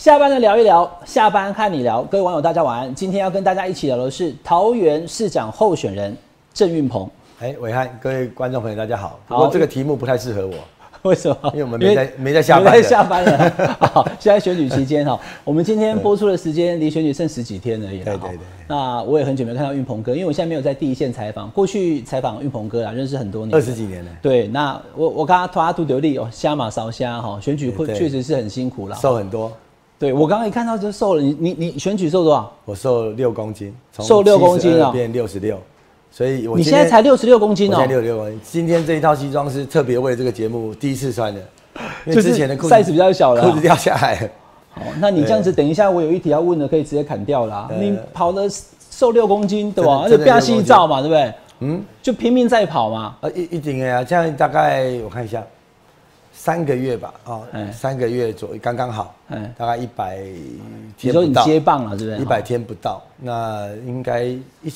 下班的聊一聊，下班和你聊。各位网友，大家晚安。今天要跟大家一起聊的是桃园市长候选人郑运鹏。 伟汉，各位观众朋友，大家好。不过这个题目不太适合我。 为什么？ 因为我们没在下班。 没在下班了。好，现在选举期间哈，我们今天播出的时间离选举剩10几天而已。对。那我也很久没有看到运鹏哥，因为我现在没有在第一线采访。过去采访运鹏哥啊，认识很多年 ，20几年了。 对，那我跟他拖阿杜流利哦，虾马烧虾哈，选举确实是很辛苦啦， 瘦很多。对， 我刚刚一看到就瘦了。你选举瘦多少？ 我瘦6公斤， 瘦6公斤啊， 变66。所以你现在才66公斤哦。 我现在66公斤。今天这一套西装是特别为了这个节目第一次穿的，因为之前的裤子 size 比较小了， 裤子掉下来了。 好，那你这样子，等一下我有一题要问的，可以直接砍掉啦。你跑了瘦6公斤，对吧？而且不要细照嘛，对不对？就拼命在跑嘛。 一定啊，这样大概我看一下，3个月吧，3个月左右刚刚好，大概100天不到。 你说你接棒了，对不对？ 100天不到，那应该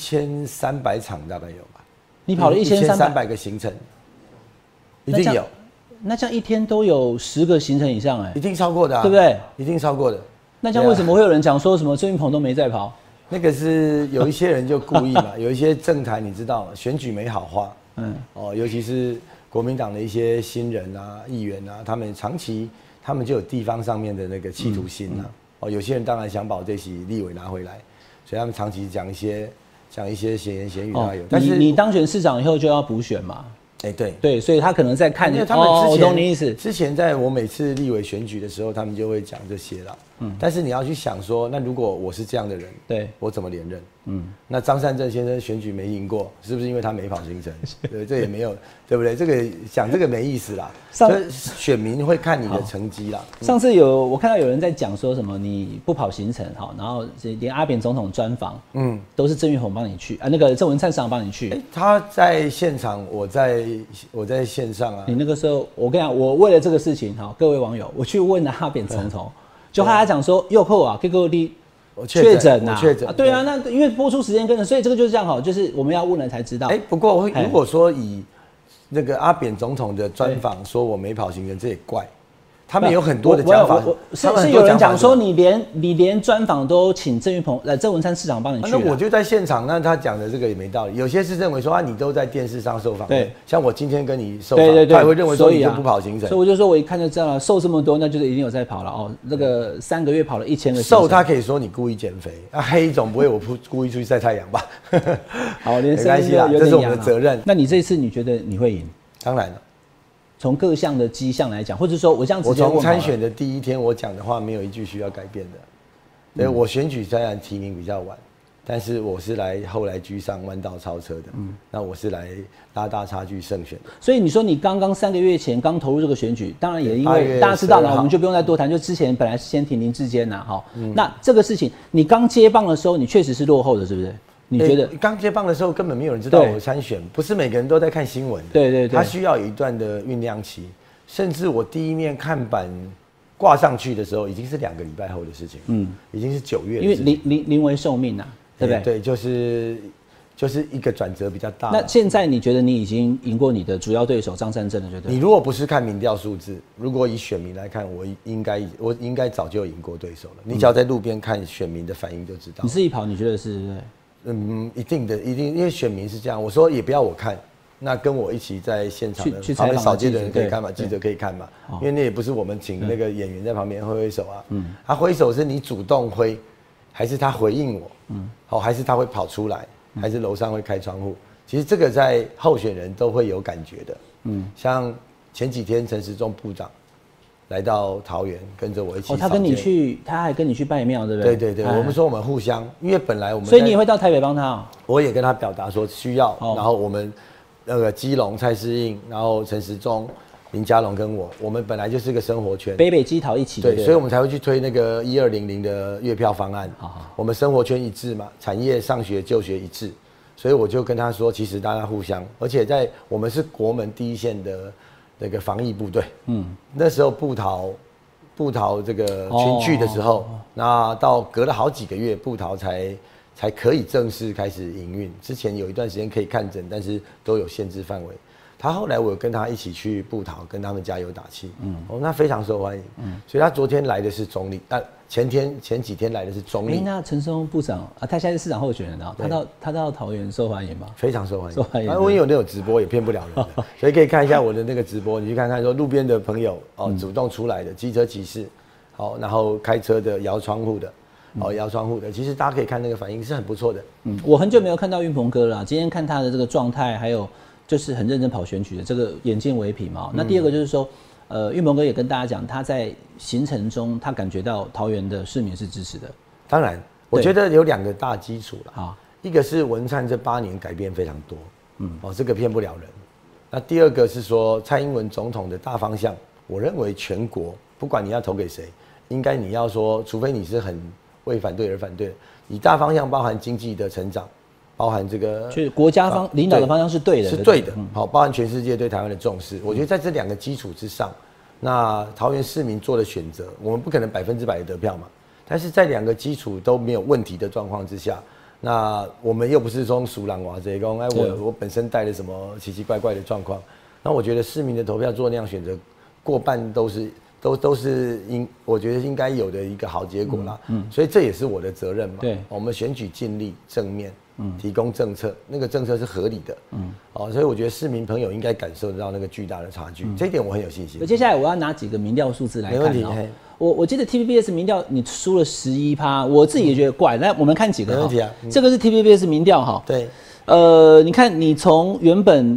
1300场大概有吧？ 你跑了 1300个行程，一定有。 那这样一天都有10个行程以上， 一定超过的， 对不对？ 一定超过的。 那这样为什么会有人讲说什么郑运鹏都没在跑？ 那个是有一些人就故意嘛，有一些政坛你知道，选举没好话，尤其是国民党的一些新人啊、议员啊，他们长期他们就有地方上面的那个企图心啊，有些人当然想把这席立委拿回来，所以他们长期讲一些闲言闲语他有。但是你当选市长以后就要补选嘛？ 对， 所以他可能在看你。 他们我懂你意思。 之前在我每次立委选举的时候，他们就会讲这些啦。但是你要去想说，那如果我是这样的人，对我怎么连任？那张善政先生选举没赢过，是不是因为他没跑行程？对，这也没有，对不对？这个讲这个没意思啦。所以选民会看你的成绩啦。 上次我看到有人在讲说什么你不跑行程哈，然后连阿扁总统专访，都是郑运鹏帮你去啊，那个郑文灿市长帮你去。 他在现场，我在线上啊。 你那个时候，我跟你讲，我为了这个事情哈，各位网友，我去问了阿扁总统。就他讲说，又扣啊，结果你确诊啊，对啊，那因为播出时间跟着，所以这个就是这样好，就是我们要问了才知道。 不过如果说以那个阿扁总统的专访说我没跑行程，这也怪。他们有很多的讲法， 是有人讲说你连专访都请郑运鹏、郑文灿市长帮你去。 那我就在现场，那他讲的这个也没道理。有些是认为说你都在电视上受访，对，像我今天跟你受访，他也会认为说你就不跑行程。 所以我就说我一看就知道了，瘦这么多，那就是一定有在跑了哦。那个3个月跑了1000个。 瘦他可以说你故意减肥，黑总不会我故意出去晒太阳吧？ 好，连没关系啦，这是我们的责任。 那你这一次你觉得你会赢？ 当然了。从各项的迹象来讲，或者说我这样直接问， 我从参选的第1天，我讲的话没有一句需要改变的。所以我选举虽然提名比较晚，但是我是后来居上弯道超车的。那我是来拉大差距胜选的。 所以你说你刚3个月前刚投入这个选举，当然也因为大家知道了，我们就不用再多谈。就之前本来是先停林志坚呐，哈。那这个事情，你刚接棒的时候，你确实是落后的，是不是？你觉得刚接棒的时候根本没有人知道我参选，不是每个人都在看新闻的。 对， 他需要有一段的酝酿期，甚至我第一面看板挂上去的时候，已经是2个礼拜后的事情。已经是9月的事情。 因为临危受命啊，对不对？ 对，就是一个转折比较大。 那现在你觉得你已经赢过你的主要对手张善政了，对不对？ 你如果不是看民调数字，如果以选民来看，我应该早就赢过对手了。你只要在路边看选民的反应就知道。 你自己跑，你觉得是？ 一定，因为选民是这样。我说也不要我看，那跟我一起在现场的旁边扫街的人可以看嘛，记者可以看嘛，因为那也不是我们请那个演员在旁边挥手啊。他挥手是你主动挥，还是他回应我？还是他会跑出来，还是楼上会开窗户？其实这个在候选人都会有感觉的。像前几天陈时中部长来到桃园，跟着我一起。他还跟你去拜庙，对不对？ 对，我们说我们互相，因为本来我们。 所以你也会到台北帮他？ 我也跟他表达说需要，然后我们那个基隆蔡适应，然后陈时中、林佳龙跟我们本来就是个生活圈， 北基桃一起。 对，所以我们才会去推那个1200的月票方案。我们生活圈一致嘛，产业、上学、就学一致，所以我就跟他说，其实大家互相，而且我们是国门第一线的。那个防疫部队，那时候部桃这个群聚的时候，那到隔了好几个月，部桃才可以正式开始营运。之前有一段时间可以看诊，但是都有限制范围。 他后来我有跟他一起去布桃，跟他们加油打气，那非常受欢迎，所以他昨天来的是中立，前几天来的是中立。 那陈松部长啊，他现在是市长候选人啊，他到桃园受欢迎吗？ 非常受欢迎。我有那种直播也骗不了人的，所以可以看一下我的那个直播，你去看看说路边的朋友主动出来的机车骑士，然后开车的摇窗户的。摇窗户的，其实大家可以看那个反应是很不错的。 我很久没有看到运鹏哥了啦，今天看他的这个状态，还有就是很认真跑选举的这个眼见为凭嘛。那第二个就是说，运鹏哥也跟大家讲，他在行程中他感觉到桃园的市民是支持的。 当然，我觉得有2个大基础了。一个是文灿这8年改变非常多，这个骗不了人。那第二个是说蔡英文总统的大方向，我认为全国不管你要投给谁，应该你要说，除非你是很为反对而反对，你大方向包含经济的成长，包含这个， 就是国家领导的方向是对的， 是对的。包含全世界对台湾的重视。我觉得在这2个基础之上，那桃园市民做的选择，我们不可能100%的得票嘛。但是在2个基础都没有问题的状况之下，那我们又不是说输人哇这个，我本身带了什么奇奇怪怪的状况，那我觉得市民的投票做那样选择，过半都是我觉得应该有的一个好结果啦。所以这也是我的责任嘛。 对， 我们选举尽力正面，提供政策，那个政策是合理的。所以我觉得市民朋友应该感受得到那个巨大的差距，这一点我很有信心。 接下来我要拿几个民调数字来看。 没问题。 我记得 TVBS 民调你输了11%，我自己也觉得怪。那我们看几个。 没问题啊。 这个是 TVBS 民调哈。 对。 你看，你从原本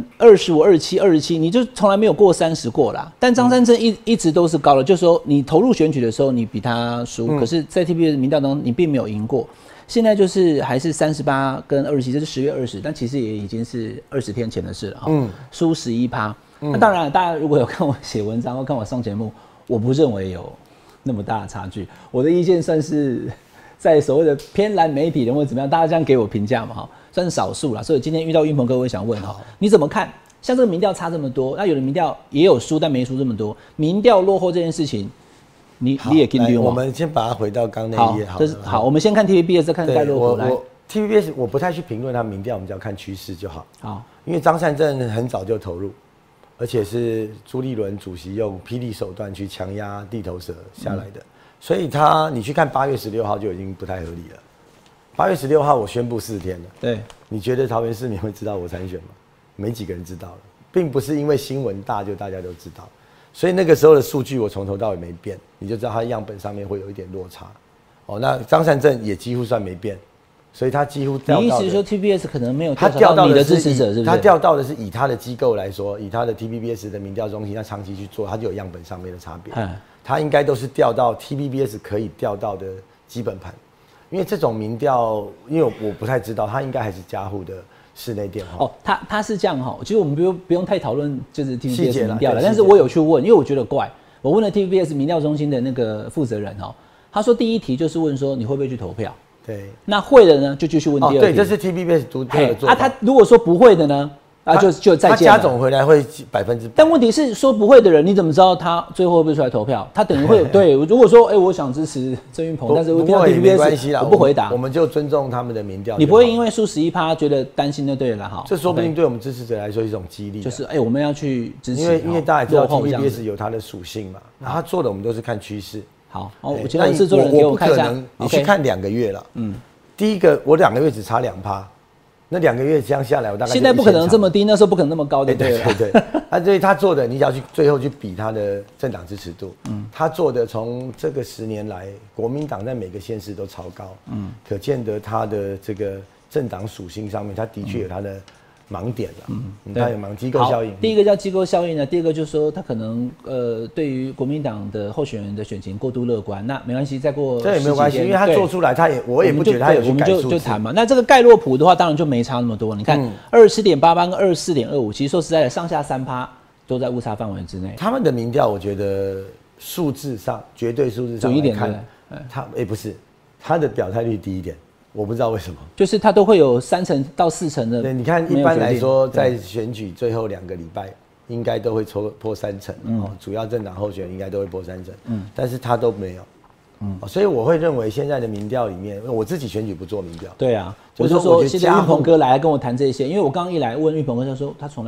25、27，你就从来没有过30过啦。但张善政一直都是高的，就是说你投入选举的时候，你比他输，可是，在 TVBS 民调当中，你并没有赢过。现在就是还是38跟27，这是10月20，但其实也已经是20天前的事了哈。输11%。那当然，大家如果有看我写文章或看我上节目，我不认为有那么大的差距。我的意见算是在所谓的偏蓝媒体人或怎么样，大家这样给我评价嘛哈。算是少数啦，所以今天遇到运鹏哥，我也想问哈，你怎么看？像这个民调差这么多，那有的民调也有输，但没输这么多。民调落后这件事情，你也跟丢吗？ 我们先把它回到刚那一页好。 好，我们先看 TVBS， 再看盖洛普来。 TVBS 我不太去评论他民调，我们只要看趋势就好。 好， 因为张善政很早就投入，而且是朱立伦主席用霹雳手段去强压地头蛇下来的，所以你去看8月16号就已经不太合理了。8月16号我宣布4天了。 对， 你觉得桃园市民会知道我参选吗？没几个人知道了，并不是因为新闻大就大家都知道，所以那个时候的数据我从头到尾没变，你就知道它样本上面会有一点落差。那张善政也几乎算没变，所以他几乎掉到的。 你意思是说 TVBS 可能没有调到你的支持者，是不是？ 他调到的是以他的机构来说，以他的 TVBS 的民调中心，他长期去做，他就有样本上面的差别。他应该都是调到 TVBS 可以调到的基本盘。因为这种民调，因为我不太知道，他应该还是家户的室内电话。 他是这样哈。其实我们不用太讨论就是 TVBS 民调了，但是我有去问，因为我觉得怪。我问了 TVBS 民调中心的那个负责人他说第一题就是问说你会不会去投票。 对。 那会的呢，就继续问第二题。 对，这是 TVBS 独特的做法。 他如果说不会的呢？就再见了。 他加总回来会100%。 但问题是说不会的人，你怎么知道他最后会不会出来投票？他等于会有对。如果说我想支持郑运鹏，但是我听到 TVBS 我不回答， 我们就尊重他们的民调。 你不会因为输11%觉得担心就对了哈。 这说不定对我们支持者来说是一种激励。 就是我们要去支持， 因为大家也知道 TVBS 有它的属性嘛，然后他做的我们都是看趋势。 好，我请制作人给我看一下。 你去看2个月了。第一个我2个月只差2%。那2个月这样下来，我大概现在不可能这么低，那时候不可能那么高的。 对。所以他做的，你只要最后去比他的政党支持度。他做的从这个10年来，国民党在每个县市都超高。可见得他的这个政党属性上面，他的确有他的盲点了。他有机构效应。 第一个叫机构效应呢，第二个就是说他可能对于国民党的候选人的选情过度乐观。那没关系，再过这也没有关系，因为他做出来，我也不觉得他有去改数字。 我们就谈嘛。那这个盖洛普的话，当然就没差那么多。你看27.88跟24.25，其实说实在的，上下3%都在误差范围之内。 他们的民调，我觉得数字上绝对数字上准一点， 不是他的表态率低一点。我不知道为什么， 就是它都会有3成到4成的。 对，你看一般来说，在选举最后2个礼拜，应该都会破3成。主要政党候选人应该都会破3成。但是他都没有。所以我会认为现在的民调里面，我自己选举不做民调。 对啊，我就说现在运鹏哥来跟我谈这些，因为我刚刚一来问运鹏哥，他说他从来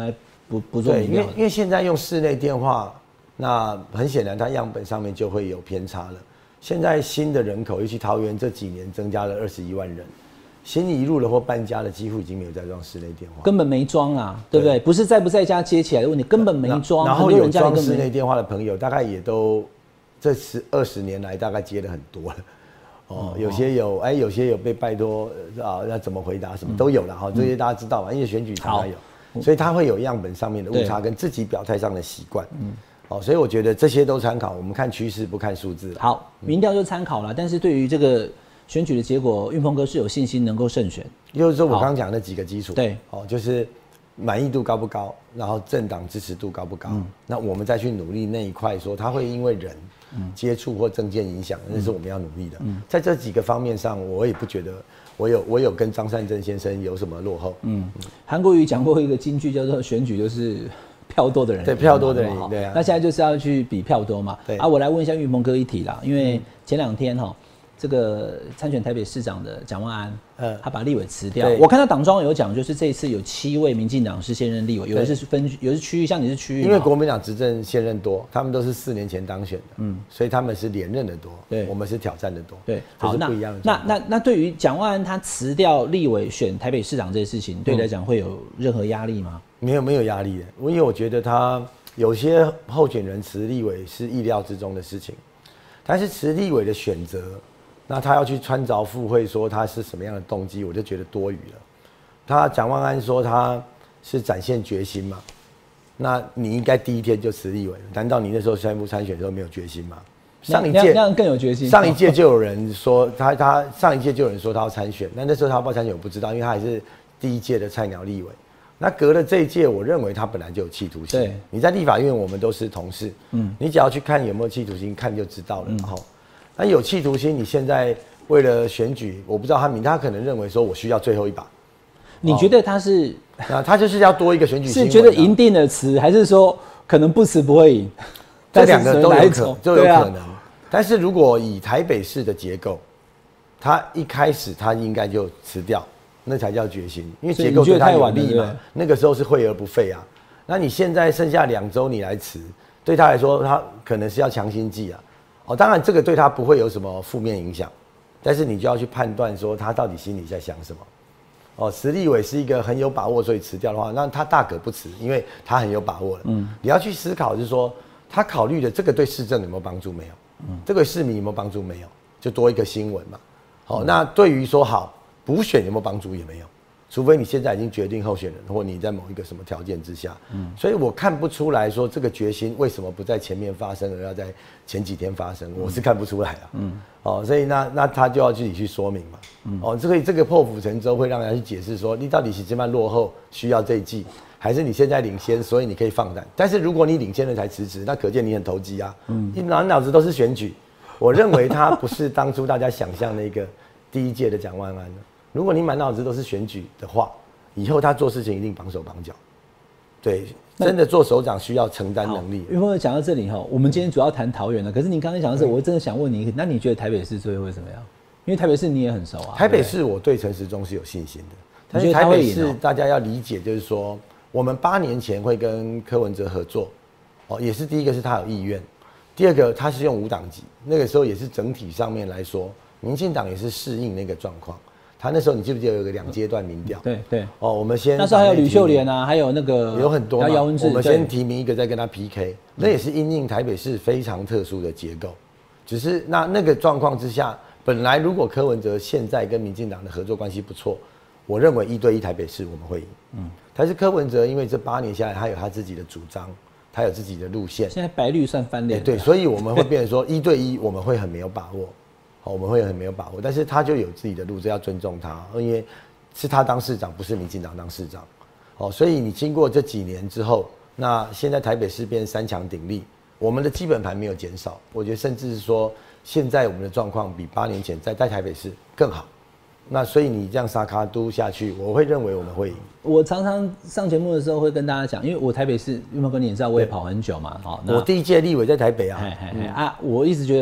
不做民调的。 因为现在用室内电话，那很显然它样本上面就会有偏差了。现在新的人口，尤其桃园这几年增加了21万人，新移入的或搬家的几乎已经没有在装室内电话， 根本没装啊，对不对？不是在不在家接起来的问题，根本没装。 然后有装室内电话的朋友，大概也都这20年来大概接了很多了。有些有被拜托要怎么回答什么都有了哈，这些大家知道嘛，因为选举常常有，所以它会有样本上面的误差跟自己表态上的习惯。所以我觉得这些都参考，我们看趋势不看数字。 好，民调就参考了，但是对于这个选举的结果，运鹏哥是有信心能够胜选。 就是说我刚刚讲那几个基础， 对， 就是满意度高不高，然后政党支持度高不高，那我们再去努力那一块，说他会因为人接触或政见影响，那是我们要努力的。在这几个方面上，我也不觉得我有跟张善政先生有什么落后。 韩国瑜讲过一个金句，叫做选举就是票多的人， 对，票多的人，对啊。 那现在就是要去比票多嘛。对啊，我来问一下运鹏哥一题啦，因为前2天这个参选台北市长的蒋万安，他把立委辞掉。我看到党中央有讲，就是这一次有7位民进党是现任立委，有的是区域，像你是区域。 因为国民党执政现任多，他们都是4年前当选的，所以他们是连任的多，我们是挑战的多， 对， 好，不一样的。 那对于蒋万安他辞掉立委选台北市长这件事情，对你来讲会有任何压力吗？ 没有压力的，因为我觉得他有些候选人辞立委是意料之中的事情，但是辞立委的选择。那他要去穿凿附会说他是什么样的动机，我就觉得多余了。蒋万安说他是展现决心嘛，那你应该第一天就辞立委了，难道你那时候宣布参选的时候没有决心吗？ 上一届那样更有决心。 上一届就有人说他上一届就有人说他要参选，那时候他要不要参选我不知道，因为他还是第一届的菜鸟立委。那隔了这一届，我认为他本来就有企图心。你在立法院我们都是同事，你只要去看有没有企图心，看就知道了。那有企图心，你现在为了选举，我不知道他可能认为说我需要最后一把。 你觉得他是？ 他就是要多一个选举新闻。 是觉得赢定了辞，还是说可能不辞不会赢？ 这2个都有可能。但是如果以台北市的结构，他一开始他应该就辞掉，那才叫决心，因为结构对他有利嘛。那个时候是惠而不费啊。那你现在剩下2周你来辞，对他来说，他可能是要强心剂啊。当然这个对他不会有什么负面影响，但是你就要去判断说他到底心里在想什么。辞立委是一个很有把握，所以辞掉的话，那他大可不辞，因为他很有把握了。你要去思考就是说，他考虑的这个对市政有没有帮助没有？这个市民有没有帮助没有？就多一个新闻嘛。那对于说好补选有没有帮助也没有。除非你现在已经决定候选人，或你在某一个什么条件之下，所以我看不出来说这个决心为什么不在前面发生，而要在前几天发生，我是看不出来的。所以那他就要自己去说明嘛。这个破釜沉舟会让人去解释说，你到底是这么落后，需要这一季，还是你现在领先，所以你可以放胆。但是如果你领先了才辞职，那可见你很投机啊。你满脑子都是选举，我认为他不是当初大家想象那个第一届的蒋万安。如果你满脑子都是选举的话，以后他做事情一定绑手绑脚。对，真的做首长需要承担能力。 因为讲到这里我们今天主要谈桃园了，可是你刚才讲到这，我真的想问你，那你觉得台北市最后会怎么样？因为台北市你也很熟啊。 台北市我对陈时中是有信心的，但是台北市大家要理解，就是说我们8年前会跟柯文哲合作，也是第一个是他有意愿，第二个他是用无党籍，那个时候也是整体上面来说，民进党也是适应那个状况。他那时候你记不记得有个2阶段民调？ 对。 我们先那时候还有吕秀莲啊，还有那个有很多嘛。 姚文智， 我们先提名一个，再跟他 PK，那也是因应台北市非常特殊的结构。只是那个状况之下，本来如果柯文哲现在跟民进党的合作关系不错，我认为1对1台北市我们会赢。但是柯文哲因为这8年下来，他有他自己的主张，他有自己的路线。 现在白绿算翻脸。 对，所以我们会变成说1对1，我们会很没有把握。我们会很没有把握，但是他就有自己的路，这要尊重他，因为是他当市长，不是民进党当市长。所以你经过这几年之后，那现在台北市变3强鼎立，我们的基本盘没有减少，我觉得甚至是说，现在我们的状况比8年前在台北市更好。那所以你这样沙卡都下去，我会认为我们会赢。 我常常上节目的时候会跟大家讲，因为我台北市，因为跟你也知道，我也跑很久嘛。 我第一届立委在台北啊。 我一直觉得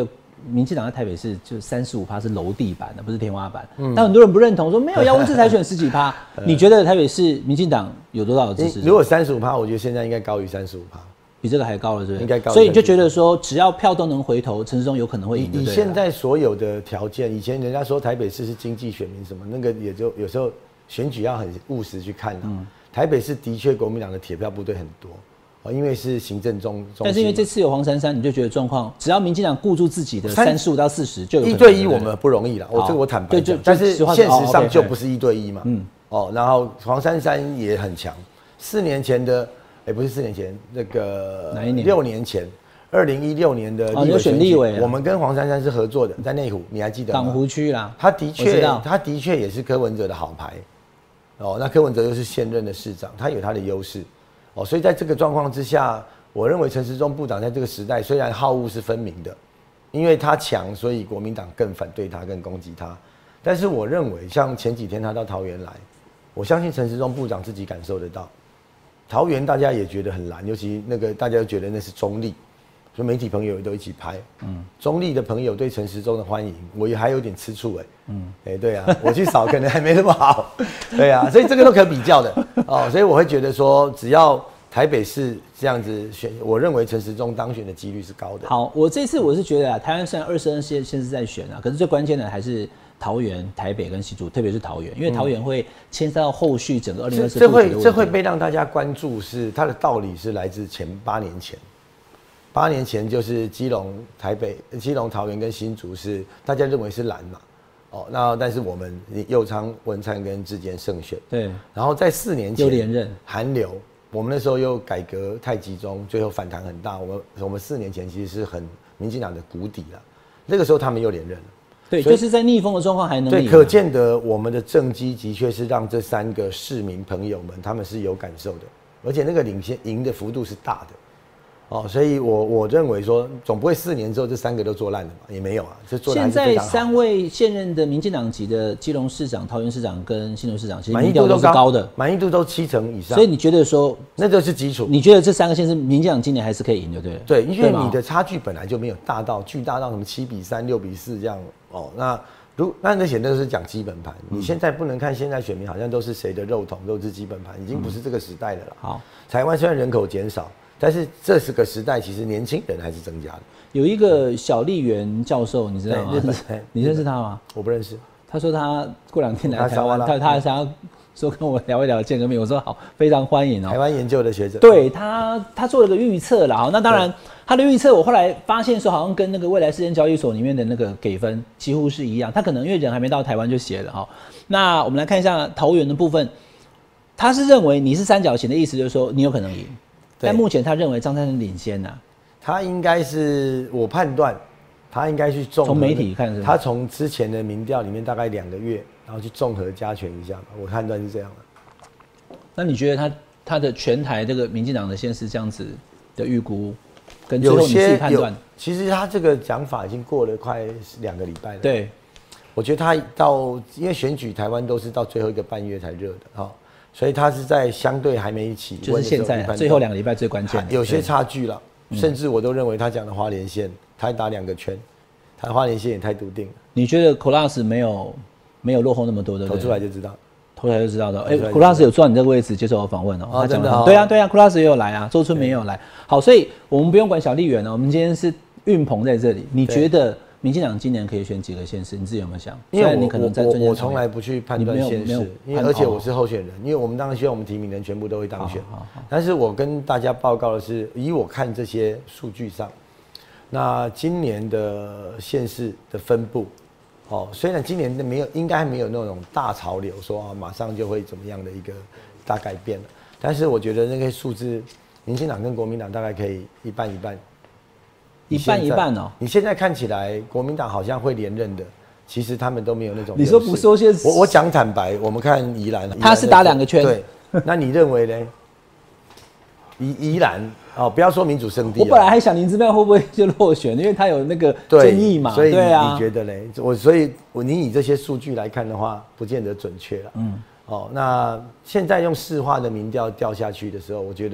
民进党在台北市就35%是楼地板的，不是天花板。但很多人不认同，说没有姚文智才选10几%。你觉得台北市民进党有多少的支持？ 如果35%，我觉得现在应该高于35%。 比这个还高了，是不是？ 应该高。 所以你就觉得说，只要票都能回头，陈时中有可能会赢。 以现在所有的条件，以前人家说台北市是经济选民什么，那个也就有时候选举要很务实去看台北市的确国民党的铁票部队很多，因为是行政中心。 但是因为这次有黄珊珊，你就觉得状况，只要民进党顾住自己的35到40，就有 1对1，我们不容易了。这个我坦白讲，但是现实上就不是1对1嘛。然后黄珊珊也很强，4年前的。不是4年前，那个哪一年 ？6年前，2016年的立委选举，我们跟黄珊珊是合作的，在内湖，你还记得吗？ 港湖区啦， 他的确也是柯文哲的好牌，那柯文哲又是现任的市长，他有他的优势，所以在这个状况之下，我认为陈时中部长在这个时代虽然好恶是分明的，因为他强，所以国民党更反对他，更攻击他，但是我认为像前几天他到桃园来，我相信陈时中部长自己感受得到。桃园大家也觉得很蓝，尤其那个大家都觉得那是中立，所以媒体朋友也都一起拍。中立的朋友对陈时中的欢迎，我也还有点吃醋对啊，我去扫可能还没那么好，对啊，所以这个都可比较的所以我会觉得说，只要台北市这样子选，我认为陈时中当选的几率是高的。 好，我这次我是觉得台湾虽然22县市在选可是最关键的还是桃园、台北跟新竹，特别是桃园，因为桃园会牵涉到后续整个2024 这会被让大家关注，是它的道理是来自8年前，8年前就是基隆、桃园跟新竹是大家认为是蓝嘛，那但是我们右昌、文灿跟志坚胜选， 对， 然后在4年前又连任韩流，我们那时候又改革太集中，最后反弹很大，我们4年前其实是很民进党的谷底了，那个时候他们又连任了。 对，就是在逆风的状况还能赢。 对，可见得我们的政绩的确是让这3个市民朋友们他们是有感受的，而且那个领先赢的幅度是大的，所以我认为说总不会4年之后这3个都做烂了嘛，也没有啊，这做得还是非常好。 现在3位现任的民进党籍的基隆市长、桃园市长跟新竹市长，其实民调都是高的， 满意度都70%以上。 所以你觉得说那就是基础？你觉得这3个县市民进党今年还是可以赢的，对不对？ 对，因为你的差距本来就没有巨大到什么7比3、6比4这样。那显然都是讲基本盘，你现在不能看现在选民好像都是谁的肉桶都是基本盘，已经不是这个时代的了。 好， 台湾虽然人口减少，但是这是个时代，其实年轻人还是增加的。 有一个小笠原教授，你知道吗？你认识他吗？ 我不认识。 他说他过2天来台湾，他想要说跟我聊一聊，见个面。我说好，非常欢迎台湾研究的学者。 对他做了个预测啦。那当然。他的预测，我后来发现说，好像跟那个未来事件交易所里面的那个给分几乎是一样。他可能因为人还没到台湾就写了那我们来看一下桃园的部分，他是认为你是三角形的意思，就是说你有可能赢。但目前他认为张善政领先他应该是我判断，他应该去综合。 从媒体看是他从之前的民调里面大概2个月，然后去综合加权一下，我判断是这样的。 那你觉得他的全台这个民进党的县市这样子的预估？跟最后你自己判断， 其实他这个讲法已经过了快2个礼拜了。 对， 我觉得他因为选举台湾都是到最后1个半月才热的所以他是在相对还没起温的时候， 就是现在最后2个礼拜最关键的， 有些差距了，甚至我都认为他讲的花莲县，他打2个圈，他花莲县也太笃定了。 你觉得 Kolas 没有落后那么多的？ 投出来就知道。 投来就知道的。Kolas 有坐你这个位置接受我访问他真的对啊，Kolas 也有来周春梅也有来。好，所以我们不用管小笠原我们今天是运鹏在这里。你觉得民进党今年可以选几个县市？你自己有没有想？ 因为你可能在我从来不去判断县市，而且我是候选人，因为我们当然希望我们提名人全部都会当选。但是我跟大家报告的是，以我看这些数据上，那今年的县市的分布。虽然今年应该没有那种大潮流，说马上就会怎么样的一个大改变了，但是我觉得那个数字，民进党跟国民党大概可以一半一半， 一半一半你现在看起来国民党好像会连任的，其实他们都没有那种。 你说不说些？ 我讲坦白，我们看宜兰， 他是打2个圈。 对，那你认为呢？宜兰不要说民主圣地。 我本来还想林姿妙会不会就落选，因为他有那个争议嘛。 所以你觉得嘞？所以你以这些数据来看的话，不见得准确了。那现在用市话的民调掉下去的时候，我觉得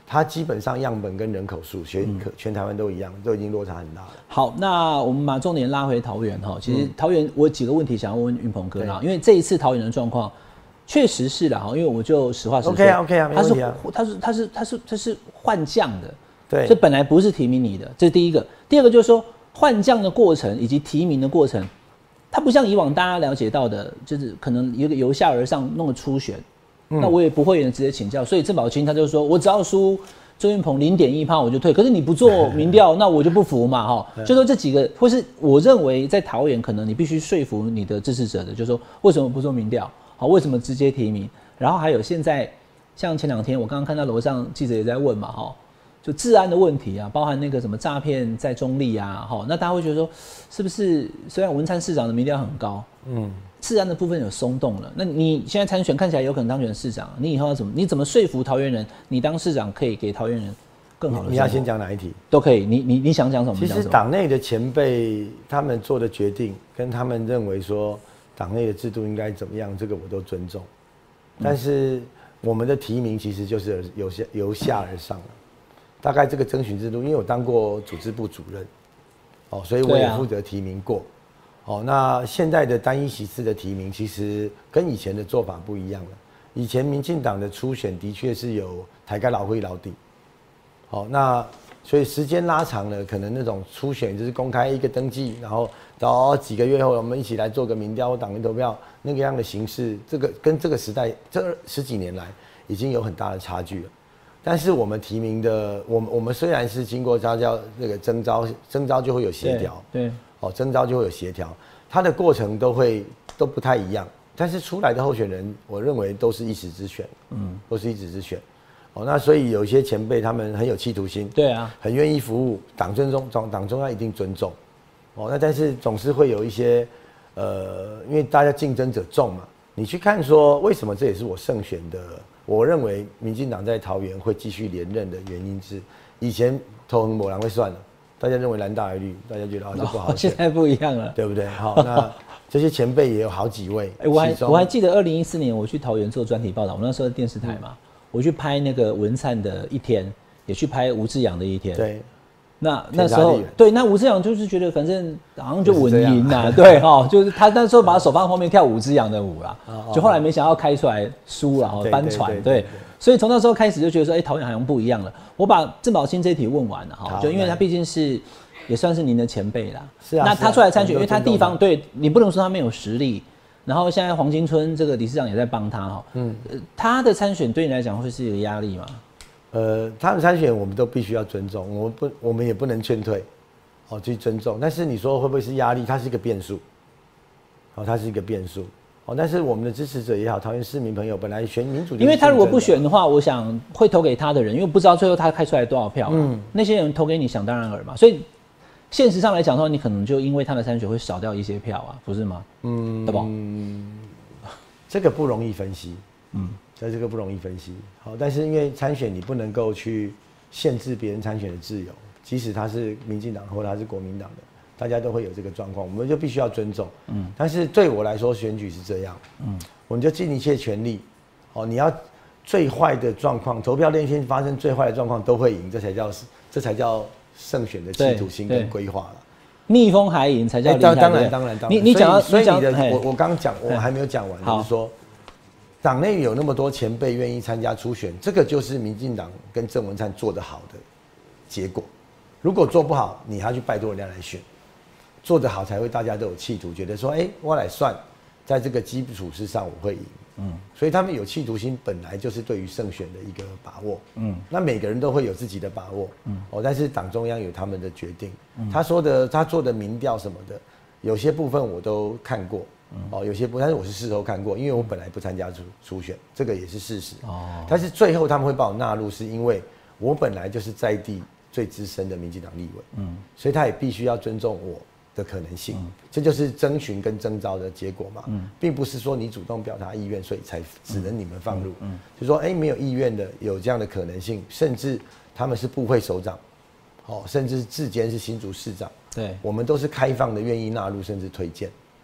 它基本上样本跟人口数全台湾都一样，都已经落差很大了。 好，那我们把重点拉回桃园哈。其实桃园我有几个问题想要问云鹏哥啦，因为这一次桃园的状况确实是啦哈，因为我就实话实说 ，OK 啊，没问题啊。 他是换将的， 对， 这本来不是提名你的，这是第一个。第二个就是说换将的过程以及提名的过程。它不像以往大家了解到的，就是可能一个由下而上弄个初选，那我也不会有人直接请教，所以郑宝清他就说，我只要输周云鹏0.1%我就退，可是你不做民调，那我就不服嘛，哈，就说这几个，或是我认为在桃园可能你必须说服你的支持者的，就是说为什么不做民调，好，为什么直接提名，然后还有现在像前2天我刚刚看到楼上记者也在问嘛，哈。就治安的问题啊，包含那个什么诈骗在中立啊，那大家会觉得说，是不是虽然文灿市长的民调很高，治安的部分有松动了，那你现在参选看起来有可能当选市长，你以后要你怎么说服桃园人，你当市长可以给桃园人更好的？ 你要先讲哪一题？ 都可以，你想讲什么？ 其实党内的前辈他们做的决定，跟他们认为说党内的制度应该怎么样，这个我都尊重。但是我们的提名其实就是由下而上了。大概这个征询制度，因为我当过组织部主任，所以我也负责提名过。那现在的单一席次的提名，其实跟以前的做法不一样了。以前民进党的初选的确是有台该老会老底，那所以时间拉长了，可能那种初选就是公开一个登记，然后到几个月后我们一起来做个民调、党员投票那个样的形式，这个跟这个时代这10几年来已经有很大的差距了。但是我们提名的，我们虽然是经过叫那个征召就会有协调， 对， 征召就会有协调，它的过程都不太一样。但是出来的候选人，我认为都是一时之选，都是一时之选。那所以有一些前辈他们很有企图心， 对啊， 很愿意服务党中央一定尊重，那但是总是会有一些因为大家竞争者众嘛，你去看说为什么这也是我胜选的。我认为民进党在桃园会继续连任的原因是，以前投很某人会算了，大家认为蓝大于绿，大家觉得这不好选， 现在不一样了， 对不对？好，那这些前辈也有好几位。 我还记得2014年我去桃园做专题报道，我那时候在电视台嘛，我去拍那个文灿的一天，也去拍吴志阳的一天。 对。 那时候对，那吴志阳就是觉得反正好像就稳赢啦，对哈，就是他那时候把手放后面跳吴志阳的舞啦，就后来没想到开出来输了，翻船，对，所以从那时候开始就觉得说，桃园好像不一样了。我把郑宝清这一题问完了哈，就因为他毕竟是也算是您的前辈啦， 是啊， 那他出来参选，因为他地方对你不能说他没有实力，然后现在黄金村这个理事长也在帮他哈，他的参选对你来讲会是一个压力吗？ 他们参选我们都必须要尊重，我们也不能劝退，去尊重。但是你说会不会是压力？它是一个变数，它是一个变数。但是我们的支持者也好，桃园市民朋友本来选民主， 因为他如果不选的话，我想会投给他的人，因为不知道最后他开出来多少票，那些人投给你想当然尔嘛。所以现实上来讲的话，你可能就因为他的参选会少掉一些票啊，不是吗？对吧？ 这个不容易分析，这个不容易分析。好，但是因为参选你不能够去限制别人参选的自由，即使他是民进党或他是国民党的，大家都会有这个状况，我们就必须要尊重。但是对我来说，选举是这样，我们就尽一切全力。你要最坏的状况，投票那天发生最坏的状况都会赢，这才叫胜选的企图心跟规划了。逆风还赢才叫厉害。当然。 你讲到， 所以你的我刚刚讲，我还没有讲完，就是说。党内有那么多前辈愿意参加初选，这个就是民进党跟郑文灿做得好的结果。如果做不好，你还要去拜托人家来选，做得好才会大家都有企图，觉得说，我来算，在这个基础之上我会赢。所以他们有企图心，本来就是对于胜选的一个把握。那每个人都会有自己的把握。但是党中央有他们的决定。他做的民调什么的，有些部分我都看过。有些不，但是我是事后看过，因为我本来不参加初选，这个也是事实。但是最后他们会把我纳入，是因为我本来就是在地最资深的民进党立委，所以他也必须要尊重我的可能性。这就是征询跟征召的结果嘛，并不是说你主动表达意愿，所以才只能你们放入。就说没有意愿的有这样的可能性，甚至他们是部会首长，甚至至监是新竹市长， 对， 我们都是开放的，愿意纳入甚至推荐。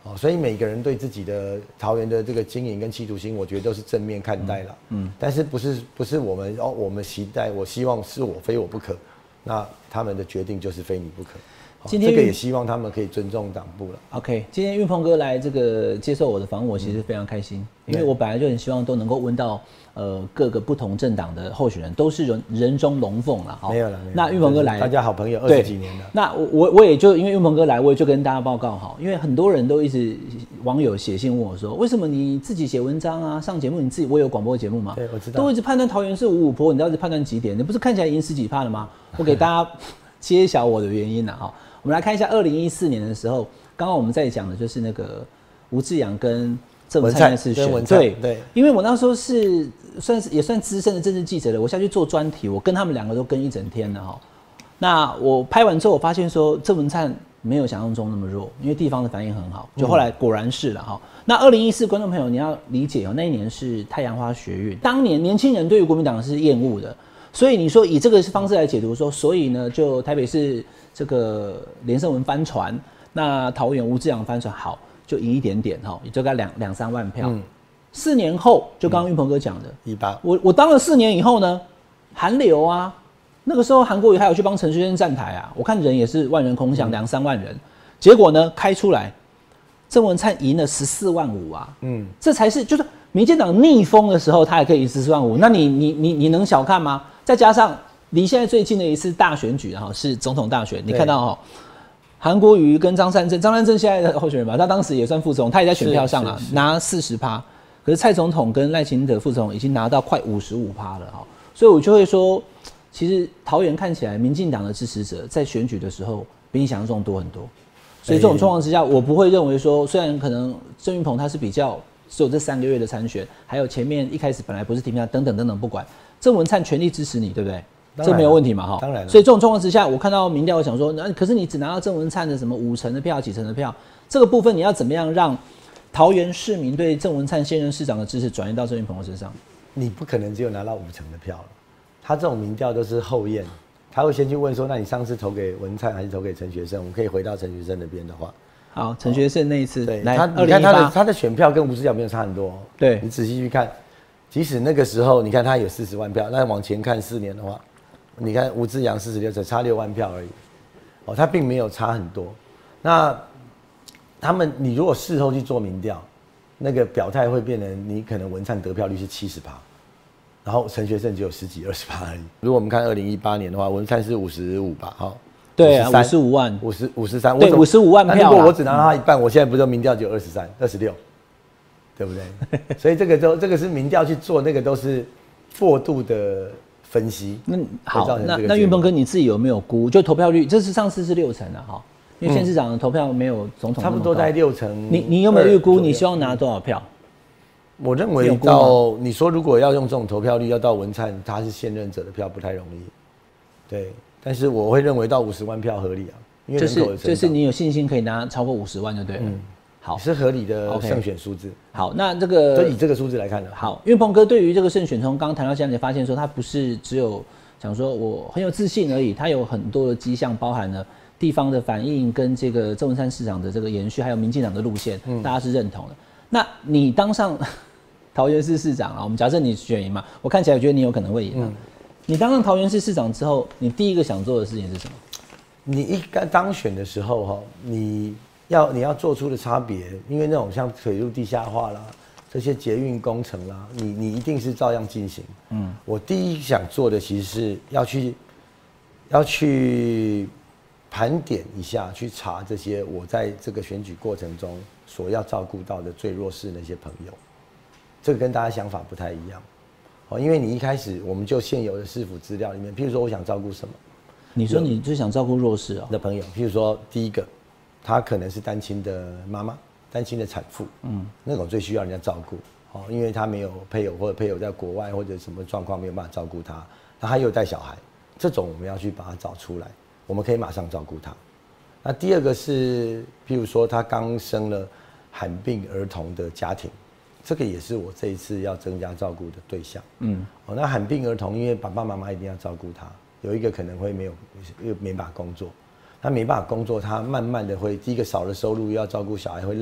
哦，所以每个人对自己的桃园的这个经营跟企图心，我觉得都是正面看待啦。但是不是我们我们期待，我希望是我非我不可，那他们的决定就是非你不可。今天这个也希望他们可以尊重党部了。 OK， 今天运鹏哥来这个接受我的访问，我其实非常开心，因为我本来就很希望都能够问到各个不同政党的候选人，都是人中龙凤啦。 没有了。 那运鹏哥来， 大家好朋友20几年了。 那我也就因为运鹏哥来，我也就跟大家报告好，因为很多人都一直网友写信问我说，为什么你自己写文章啊，上节目你自己我有广播节目嘛？ 对，我知道。 都一直判断桃园是55%，你要一直判断几点？你不是看起来赢10几%了吗？我给大家揭晓我的原因啦哈。我们来看一下2014年的时候，刚刚我们在讲的就是那个吴志阳跟郑文灿那次选，对，因为我那时候是也算资深的政治记者了，我下去做专题，我跟他们2个都跟一整天了哈。那我拍完之后，我发现说郑文灿没有想象中那么弱，因为地方的反应很好，就后来果然是了哈。那2014观众朋友你要理解那一年是太阳花学运，当年年轻人对于国民党是厌恶的。所以你说以这个方式来解读说，所以呢，就台北市这个连胜文翻船，那桃园吴志阳翻船，好，就赢一点点哈，也就大概2、3万票。4年后，就刚刚运鹏哥讲的 ，18， 我当了4年以后呢，韩流啊，那个时候韩国瑜还有去帮陈水扁站台啊，我看人也是万人空巷，2、3万人，结果呢开出来，郑文灿赢了14.5万啊，这才是就是民进党逆风的时候，他还可以赢14.5万，那你能小看吗？再加上离现在最近的一次大选举，是总统大选，你看到韩国瑜跟张善政现在的候选人吧，他当时也算副总统，他也在选票上啊拿40%，可是蔡总统跟赖清德副总统已经拿到快55%了哈，所以我就会说，其实桃园看起来民进党的支持者在选举的时候比你想象中多很多，所以这种状况之下，我不会认为说，虽然可能郑运鹏他是比较只有这3个月的参选，还有前面一开始本来不是提名他等等不管。郑文灿全力支持你，对不对？这没有问题嘛，哈。 当然。 所以这种状况之下，我看到民调，我想说，可是你只拿到郑文灿的什么5成的票、几成的票，这个部分你要怎么样让桃园市民对郑文灿现任市长的支持转移到郑运鹏的身上？ 你不可能只有拿到5成的票了，他这种民调都是后验，他会先去问说，那你上次投给文灿还是投给陈学圣？我们可以回到陈学圣那边的话， 好，陈学圣那一次， 对，你看他的选票跟吴志阳没有差很多， 对， 你仔细去看。即使那个时候，你看他有40万票，那往前看4年的话，你看吴志阳46只差6万票而已，他并没有差很多。那你如果事后去做民调，那个表态会变成你可能文灿得票率是70%，然后陈学圣只有10几20%而已。如果我们看2018年的话，文灿是55%吧，哈， 对啊，55万 ，53， 对，55万票。 如果我只拿到他一半，我现在不就民调只有23、26。对不对？所以这个是民调去做，那个都是过度的分析。 那好，那运鹏哥你自己有没有估？就投票率，这是上次是6成啊，哈，因为县市长的投票没有总统那么高， 差不多在6成。 你有没有预估？你希望拿多少票？ 我认为到你说如果要用这种投票率，要到文灿他是现任者的票不太容易。对，但是我会认为到50万票合理啊，因为人口的成长就是你有信心可以拿超过50万就对了。好， 是合理的胜选数字。 好，那这个就以这个数字来看的。 好，运鹏哥对于这个胜选，从刚刚谈到现在，你发现说他不是只有想说我很有自信而已，他有很多的迹象，包含了地方的反应跟这个郑文灿市长的这个延续，还有民进党的路线，大家是认同的。那你当上桃园市市长啊，我们假设你选赢嘛，我看起来觉得你有可能会赢。你当上桃园市市长之后，你第一个想做的事情是什么？ 你一刚当选的时候哈，你要做出的差别，因为那种像水路地下化啦，这些捷运工程啦，你一定是照样进行。我第一想做的其实是要去盘点一下，去查这些我在这个选举过程中所要照顾到的最弱势那些朋友，这个跟大家想法不太一样。因为你一开始我们就现有的市府资料里面，譬如说我想照顾什么， 你说你就想照顾弱势的朋友，譬如说第一个。他可能是单亲的妈妈、单亲的产妇，那种最需要人家照顾，因为他没有配偶或者配偶在国外或者什么状况没有办法照顾他，那他又带小孩，这种我们要去把他找出来，我们可以马上照顾他。那第二个是，譬如说他刚生了罕病儿童的家庭，这个也是我这一次要增加照顾的对象。那罕病儿童因为爸爸妈妈一定要照顾他，有一个可能会又没办法工作。他没办法工作，他慢慢的会第一个少了收入，又要照顾小孩会累，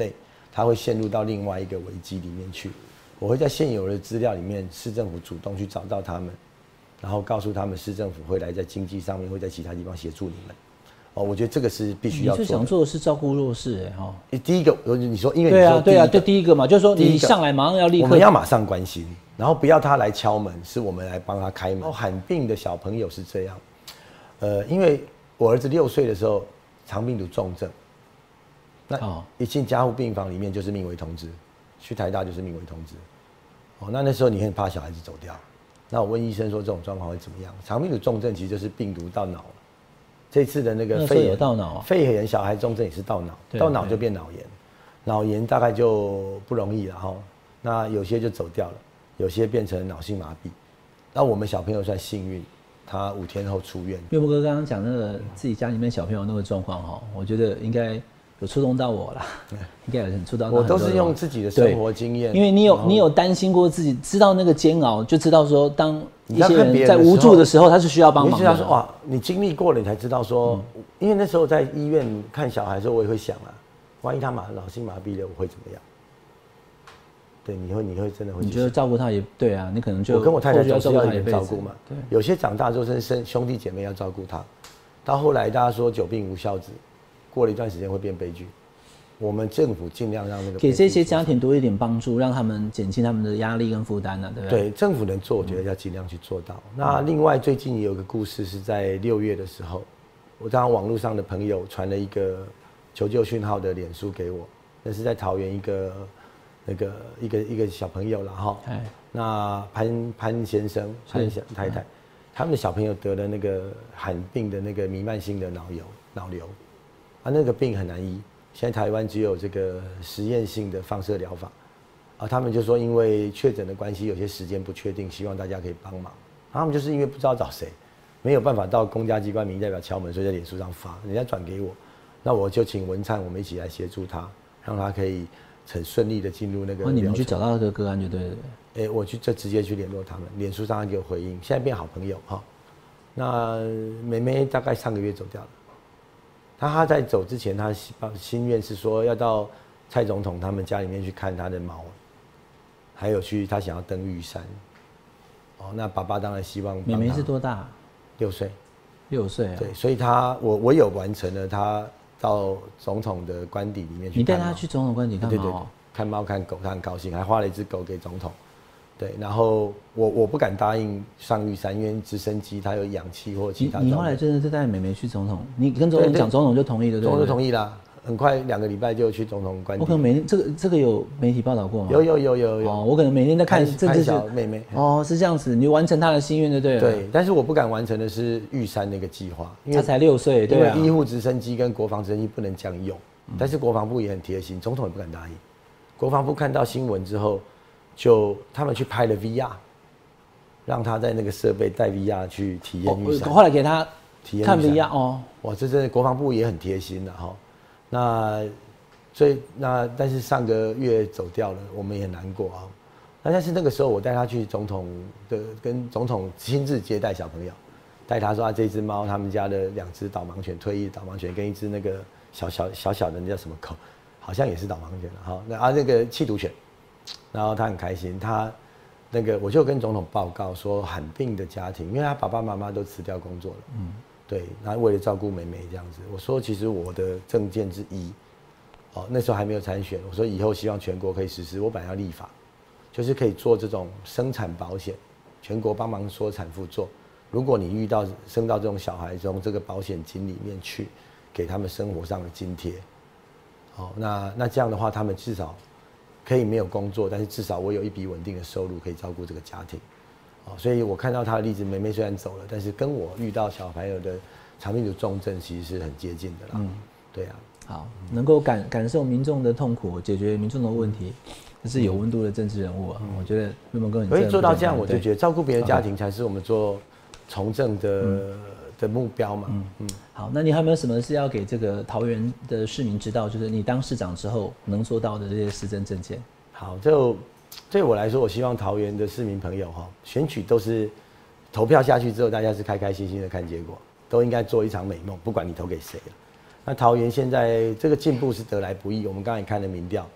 它会陷入到另外一个危机里面去。我会在现有的资料里面，市政府主动去找到他们，然后告诉他们市政府会来在经济上面，会在其他地方协助你们。我觉得这个是必须要做的。 你最想做的是照顾弱势， 第一个，你说，因为对啊，就第一个嘛，就是说你上来马上要立刻， 我们要马上关心，然后不要他来敲门，是我们来帮他开门。罕病的小朋友是这样，因为我儿子6岁的时候肠病毒重症，那一进加护病房里面就是命危通知，去台大就是命危通知。那时候你很怕小孩子走掉，那我问医生说这种状况会怎么样？肠病毒重症其实就是病毒到脑了。这次的那个肺炎到脑，肺炎小孩重症也是到脑，到脑就变脑炎，脑炎大概就不容易了哈。那有些就走掉了，有些变成脑性麻痹。那我们小朋友算幸运，他5天后出院。 岳博哥刚刚讲那个自己家里面小朋友那个状况哈，我觉得应该有触动到我啦，应该有很触动到我。 都是用自己的生活经验， 因为你有担心过自己，知道那个煎熬，就知道说当一些人在无助的时候，他是需要帮忙的。 你知道说哇，你经历过了，你才知道说，因为那时候在医院看小孩的时候，我也会想啊，万一他脑性麻痹了，我会怎么样？对，你会真的会。 你觉得照顾他也对啊？你可能就我跟我太太总是要一点照顾嘛。对，有些长大之后，甚至兄弟姐妹要照顾他，到后来大家说久病无孝子，过了一段时间会变悲剧。我们政府尽量让那个给这些家庭多一点帮助，让他们减轻他们的压力跟负担呢，对不对？ 对，政府能做，我觉得要尽量去做到。那另外最近也有个故事是在6月的时候，我当网络上的朋友传了一个求救讯号的脸书给我，那是在桃园一个小朋友啦哈。那潘先生潘太太，他们的小朋友得了那个罕病的那个弥漫性的脑瘤，那个病很难医。现在台湾只有这个实验性的放射疗法，他们就说因为确诊的关系，有些时间不确定，希望大家可以帮忙。他们就是因为不知道找谁，没有办法到公家机关民意代表敲门，所以在脸书上发，人家转给我，那我就请文灿我们一起来协助他，让他可以很顺利的进入那个。 你们去找到那个个案就对了。 我就直接去联络他们，脸书上他给我回应，现在变好朋友哈。那妹妹大概上个月走掉了。他在走之前，他心愿是说要到蔡总统他们家里面去看他的猫，还有他想要登玉山。那爸爸当然希望。 妹妹是多大 ？6岁。 6岁啊。 对，所以我有完成了他到总统的官邸里面去看猫。 你带他去总统官邸看猫？ 对，看猫看狗，他很高兴，还画了一只狗给总统。对，然后我不敢答应上玉山，因为直升机它有氧气或其他。 你后来真的是带妹妹去总统，你跟总统讲，总统就同意了，对不对？ 总统就同意啦，很快2个礼拜就去总统官邸。 我可能每天这个有媒体报道过吗？ 有。 我可能每天在看政治小妹妹。 是这样子，你完成他的心愿就对了。 对，但是我不敢完成的是玉山那个计划，因为他才6岁，对啊。 因为医护直升机跟国防直升机不能这样用，但是国防部也很贴心，总统也不敢答应。国防部看到新闻之后，就他们去拍了 VR。让他在那个设备带 VR 去体验玉山， 后来给他看 VR 哦， 哇，这真的国防部也很贴心的哈。但是上个月走掉了，我们也很难过啊。但是那个时候我带他去总统跟总统亲自接待小朋友，带他说这只猫他们家的2只导盲犬，退役导盲犬跟一只那个小的那叫什么狗，好像也是导盲犬了哈。那个缉毒犬，然后他很开心，我就跟总统报告说，罕病的家庭，因为他爸爸妈妈都辞掉工作了，对，那为了照顾妹妹这样子，我说其实我的政见之一，那时候还没有参选，我说以后希望全国可以实施，我本来要立法，就是可以做这种生产保险，全国帮忙说产妇做，如果你生到这种小孩，从这个保险金里面去给他们生活上的津贴，那这样的话，他们至少可以没有工作，但是至少我有一笔稳定的收入可以照顾这个家庭，所以我看到他的例子，妹妹虽然走了，但是跟我遇到小朋友的肠病毒重症其实是很接近的啦。对啊。 好，能够感受民众的痛苦，解决民众的问题，这是有温度的政治人物啊。我觉得岳博哥， 可以做到这样，我就觉得照顾别人家庭才是我们做从政的目标嘛。 好，那你还有没有什么是要给这个桃园的市民知道？就是你当市长之后能做到的这些施政政见。 好，就对我来说，我希望桃园的市民朋友选举都是投票下去之后，大家是开开心心的看结果，都应该做一场美梦，不管你投给谁了。那桃园现在这个进步是得来不易，我们刚才看了民调，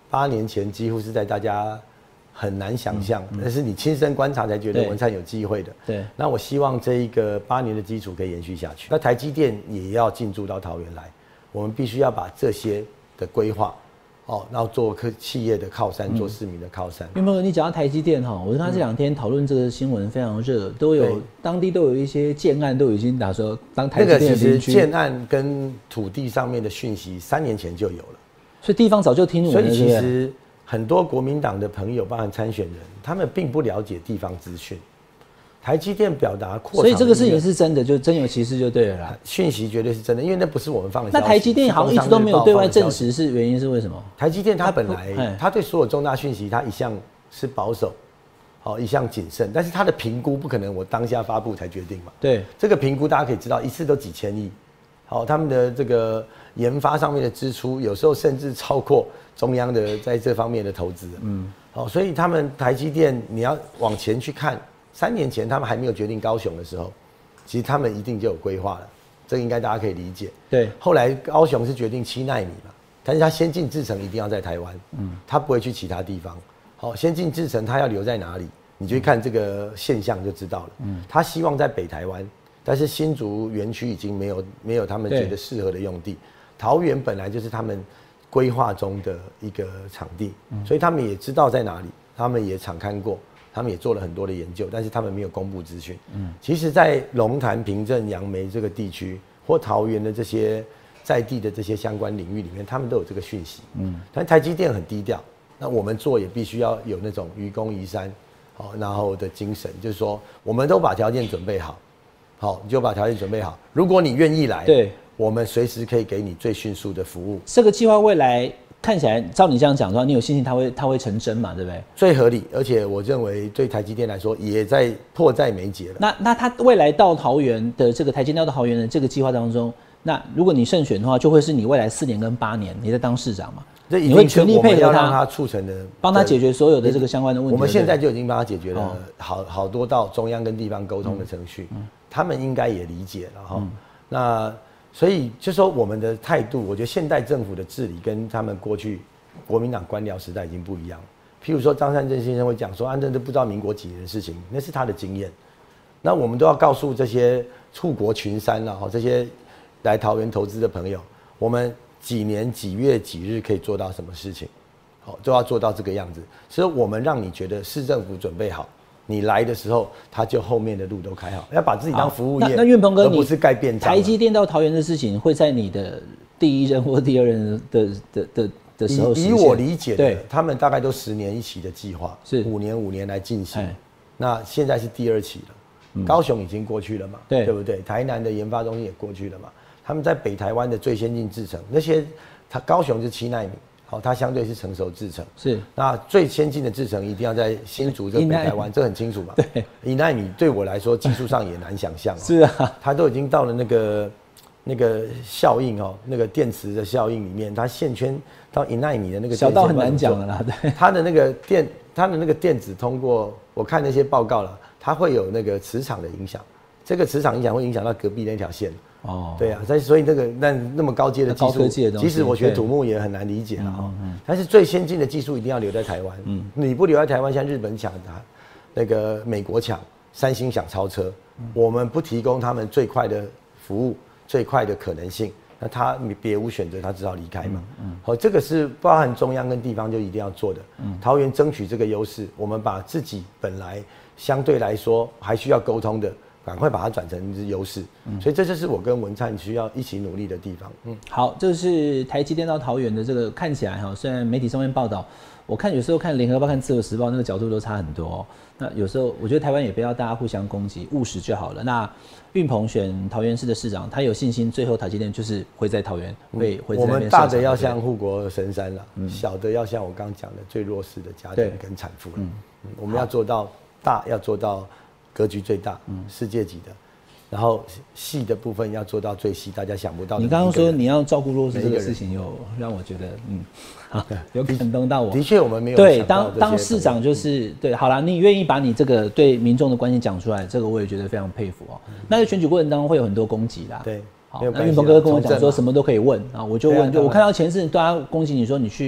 8年前几乎是在大家很难想象，但是你亲身观察才觉得文灿有机会的。 对， 那我希望这一个8年的基础可以延续下去。那台积电也要进驻到桃园来，我们必须要把这些的规划。然后做企业的靠山，做市民的靠山。 云鹏哥，你讲到台积电哈，我跟他这2天讨论这个新闻非常热，当地都有一些建案都已经打说当台积电的邻居。 那个其实建案跟土地上面的讯息3年前就有了， 所以地方早就听闻了。 所以其实很多国民党的朋友，包含参选人，他们并不了解地方资讯。台积电表达扩厂， 所以这个事情是真的，就真有其事就对了啦。 讯息绝对是真的，因为那不是我们放的消息。 那台积电好像一直都没有对外证实，是原因是为什么？ 台积电它本来它对所有重大讯息，它一向是保守，一向谨慎，但是它的评估不可能我当下发布才决定嘛。 对， 这个评估大家可以知道，一次都几千亿，他们的这个研发上面的支出，有时候甚至超过中央的在这方面的投资。所以他们台积电你要往前去看。3年前他们还没有决定高雄的时候，其实他们一定就有规划了，这个应该大家可以理解。 对， 后来高雄是决定7奈米嘛，但是它先进制程一定要在台湾，它不会去其他地方。先进制程它要留在哪里？你就看这个现象就知道了。他希望在北台湾，但是新竹园区已经没有他们觉得适合的用地，桃园本来就是他们规划中的一个场地，所以他们也知道在哪里，他们也场勘过。他们也做了很多的研究，但是他们没有公布资讯。其实，在龙潭、平镇、杨梅这个地区，或桃园的这些在地的这些相关领域里面，他们都有这个讯息。但台积电很低调，那我们做也必须要有那种愚公移山，然后的精神，就是说，我们都把条件准备好，你就把条件准备好。如果你愿意来， 对， 我们随时可以给你最迅速的服务。 这个计划未来。看起来，照你这样讲的话，你有信心它会成真嘛？对不对？ 最合理，而且我认为对台积电来说，也在迫在眉睫了。 那它未来到桃园的这个台积电到桃园的这个计划当中，那如果你胜选的话，就会是你未来4年跟8年你在当市长嘛？你会全力配合他， 让他促成的， 帮他解决所有的这个相关的问题。 我们现在就已经帮他解决了好多到中央跟地方沟通的程序，他们应该也理解了哈。那。所以就说我们的态度，我觉得现代政府的治理跟他们过去国民党官僚时代已经不一样。譬如说张善政先生会讲说，安政都不知道民国几年的事情，那是他的经验。那我们都要告诉这些护国群山这些来桃园投资的朋友，我们几年几月几日可以做到什么事情，都要做到这个样子。所以我们让你觉得市政府准备好。你来的时候，他就后面的路都开好，要把自己当服务业。 那运鹏哥， 而不是盖便当。 台积电到桃园的事情，会在你的第1任或第2任的时候实现？ 以我理解的，他们大概都10年一期的计划， 是 5年来进行。那现在是第2期了，高雄已经过去了嘛，对不对？台南的研发中心也过去了嘛。他们在北台湾的最先进制程，那些高雄是7奈米。它相对是成熟制程，是那最先进的制程一定要在新竹这北台湾，这很清楚嘛。对，1奈米对我来说技术上也难想象。 是啊， 它都已经到了那个效应那个电池的效应里面，它线圈到1奈米的那个小到很难讲了啦。对， 它的那个电子通过我看那些报告了，它会有那个磁场的影响，这个磁场影响会影响到隔壁那条线。对啊，所以那么高阶的技术，即使我学土木也很难理解了但是最先进的技术一定要留在台湾。你不留在台湾，像日本抢那个美国抢，三星想超车，我们不提供他们最快的服务、最快的可能性，那他别无选择，他只好离开嘛。这个是包含中央跟地方就一定要做的。桃园争取这个优势，我们把自己本来相对来说还需要沟通的。赶快把它转成一支优势，所以这就是我跟文灿需要一起努力的地方。 好，这是台积电到桃园的这个看起来虽然媒体上面报道，我看有时候看联合报、看自由时报那个角度都差很多那有时候我觉得台湾也不要大家互相攻击，务实就好了。那运鹏选桃园市的市长，他有信心，最后台积电就是会在桃园会在那边。 我们大的要像护国神山了，小的要像我刚刚讲的最弱势的家庭跟产妇了。我们要做到大，要做到。格局最大，世界级的，然后细的部分要做到最细，大家想不到的。 你刚刚说你要照顾弱势这个事情，有让我觉得，有感动到我。 的确，我们没有对当市长就是对，好啦，你愿意把你这个对民众的关心讲出来，这个我也觉得非常佩服那在选举过程当中会有很多攻击啦， 对， 好，那运鹏哥跟我讲说什么都可以问我就问，我看到前次大家攻击你说你去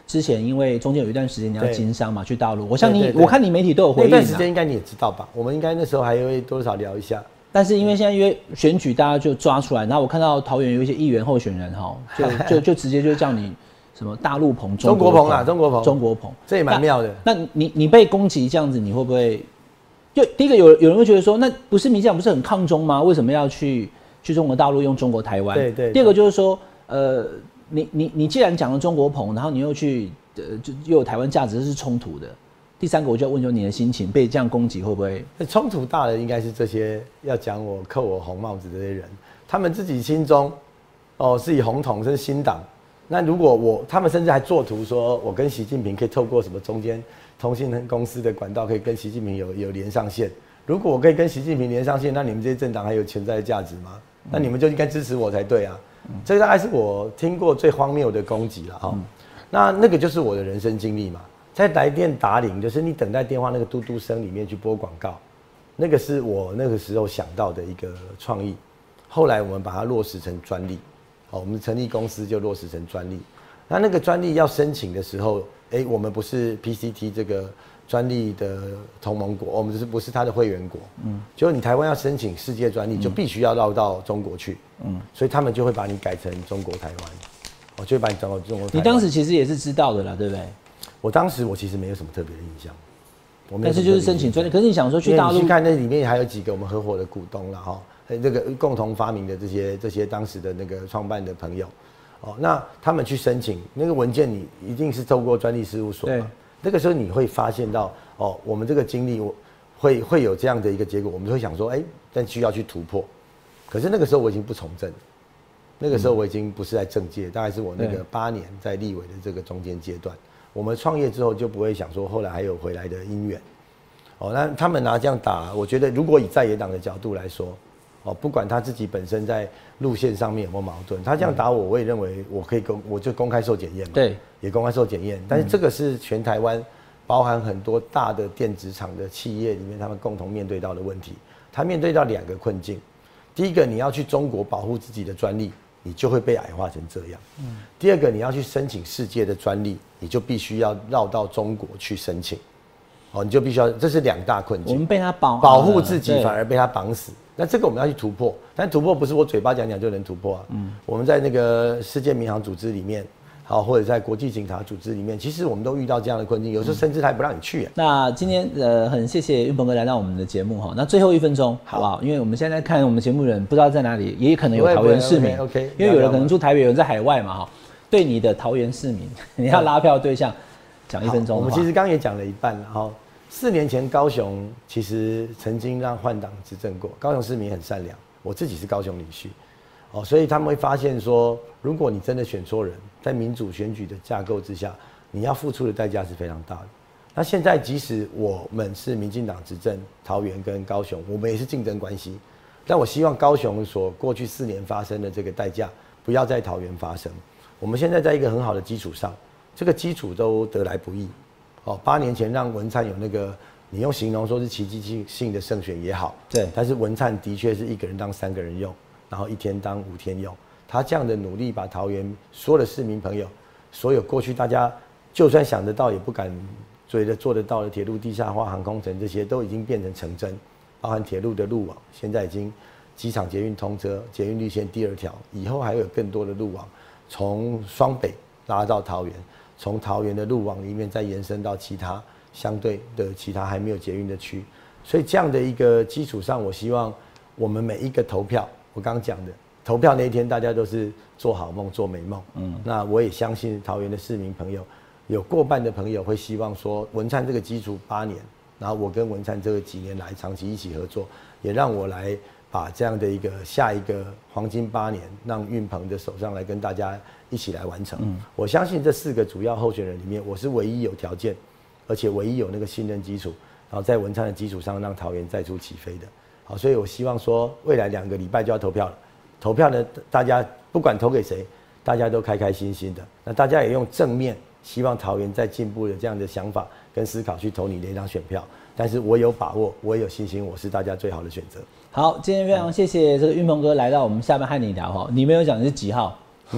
之前因为中间有一段时间你要经商嘛，去大陆，我像你，我看你媒体都有回应。那段时间应该你也知道吧？我们应该那时候还会多少聊一下。 但是因为现在因为选举，大家就抓出来，然后我看到桃园有一些议员候选人哈，就直接就叫你什么大陆棚、 中国棚啊，中国棚，这也蛮妙的。 那你被攻击这样子，你会不会？就第一个有人会觉得说，那不是民进党不是很抗中吗？为什么要去中国大陆用中国台湾？ 对。 第二个就是说，你既然讲了中国棚，然后你又去就又有台湾价值，这是冲突的。第三个，我就要问说你的心情被这样攻击会不会？ 冲突大的应该是这些要讲我扣我红帽子的这些人，他们自己心中是以红统是新党。那如果他们甚至还作图说，我跟习近平可以透过什么中间通信公司的管道，可以跟习近平有连上线。如果我可以跟习近平连上线，那你们这些政党还有潜在的价值吗？那你们就应该支持我才对啊！这个大概是我听过最荒谬的攻击了哈。那个就是我的人生经历嘛。在来电打铃，就是你等待电话那个嘟嘟声里面去播广告，那个是我那个时候想到的一个创意。后来我们把它落实成专利，我们成立公司就落实成专利。那个专利要申请的时候，我们不是 PCT 这个专利的同盟国，我们不是它的会员国。就是你台湾要申请世界专利，就必须要绕到中国去。所以他们就会把你改成中国台湾，就会把你转到中国台湾。 你当时其实也是知道的啦，对不对？ 我当时其实没有什么特别的印象， 但是就是申请专利。可是你想说去大陆， 你去看那里面还有几个我们合伙的股东啦，哈，这个共同发明的这些当时的那个创办的朋友，那他们去申请那个文件，你一定是透过专利事务所嘛。那个时候你会发现到，我们这个经历会有这样的一个结果，我们就会想说，但需要去突破。可是那个时候我已经不从政，那个时候我已经不是在政界，大概是我那个8年在立委的这个中间阶段。我们创业之后就不会想说后来还有回来的因缘，那他们拿这样打，我觉得如果以在野党的角度来说，不管他自己本身在路线上面有没有矛盾，他这样打我也认为我就公开受检验嘛， 对， 也公开受检验。但是这个是全台湾包含很多大的电子厂的企业里面他们共同面对到的问题，他面对到2个困境，第一个你要去中国保护自己的专利，你就会被矮化成这样。第二个，你要去申请世界的专利，你就必须要绕到中国去申请，你就必须要，这是2大困境。 我们被他保护自己，反而被他绑死。那这个我们要去突破，但突破不是我嘴巴讲讲就能突破啊。我们在那个世界民航组织里面，或者在国际警察组织里面，其实我们都遇到这样的困境，有时候甚至还不让你去。 那今天很谢谢运鹏哥来到我们的节目哈。那最后1分钟好不好？因为我们现在看我们节目人不知道在哪里，也可能有桃园市民，因为有人可能住台北，有人在海外嘛哈。对你的桃园市民，你要拉票对象，讲1分钟。 我们其实刚也讲了一半了哈。4年前高雄其实曾经让换党执政过，高雄市民很善良，我自己是高雄女婿，所以他们会发现说，如果你真的选错人，在民主选举的架构之下，你要付出的代价是非常大的。那现在即使我们是民进党执政，桃园跟高雄，我们也是竞争关系，但我希望高雄所过去4年发生的这个代价，不要在桃园发生。我们现在在一个很好的基础上，这个基础都得来不易。8年前让文灿有那个，你用形容说是奇迹性的胜选也好， 对， 但是文灿的确是1个人当3个人用，然后1天当5天用。他这样的努力，把桃园所有的市民朋友，所有过去大家就算想得到也不敢追的做得到的铁路、地下化、航空城，这些都已经变成成真，包含铁路的路网，现在已经机场捷运通车，捷运绿线第2条，以后还有更多的路网，从双北拉到桃园。从桃园的路网里面再延伸到其他相对的其他还没有捷运的区，所以这样的一个基础上，我希望我们每一个投票，我刚刚讲的投票那一天，大家都是做好梦、做美梦。那我也相信桃园的市民朋友，有过半的朋友会希望说，文灿这个基础8年，然后我跟文灿这个几年来长期一起合作，也让我来把这样的一个下一个黄金8年，让运鹏的手上来跟大家一起来完成。我相信这4个主要候选人里面，我是唯一有条件，而且唯一有那个信任基础，然后在文灿的基础上让桃园再出起飞的。好，所以我希望说，未来2个礼拜就要投票了。投票呢，大家不管投给谁，大家都开开心心的。那大家也用正面，希望桃园再进步的这样的想法跟思考去投你的一张选票。但是我有把握，我也有信心，我是大家最好的选择。 好，今天非常谢谢这个运鹏哥来到我们下班和你聊哈。你没有讲你是几号？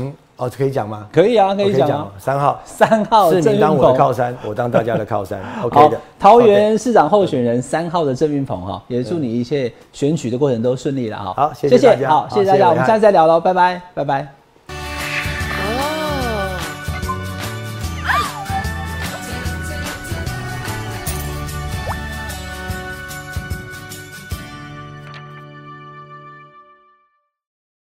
哦，可以讲吗？ 可以啊，可以讲啊。 3号，市民当我的靠山，我当大家的靠山。OK 的。 桃园市长候选人3号的郑运鹏哈，也祝你一切选举的过程都顺利了哈。 好，谢谢大家。 好，谢谢大家，我们下次再聊喽，拜拜，拜拜。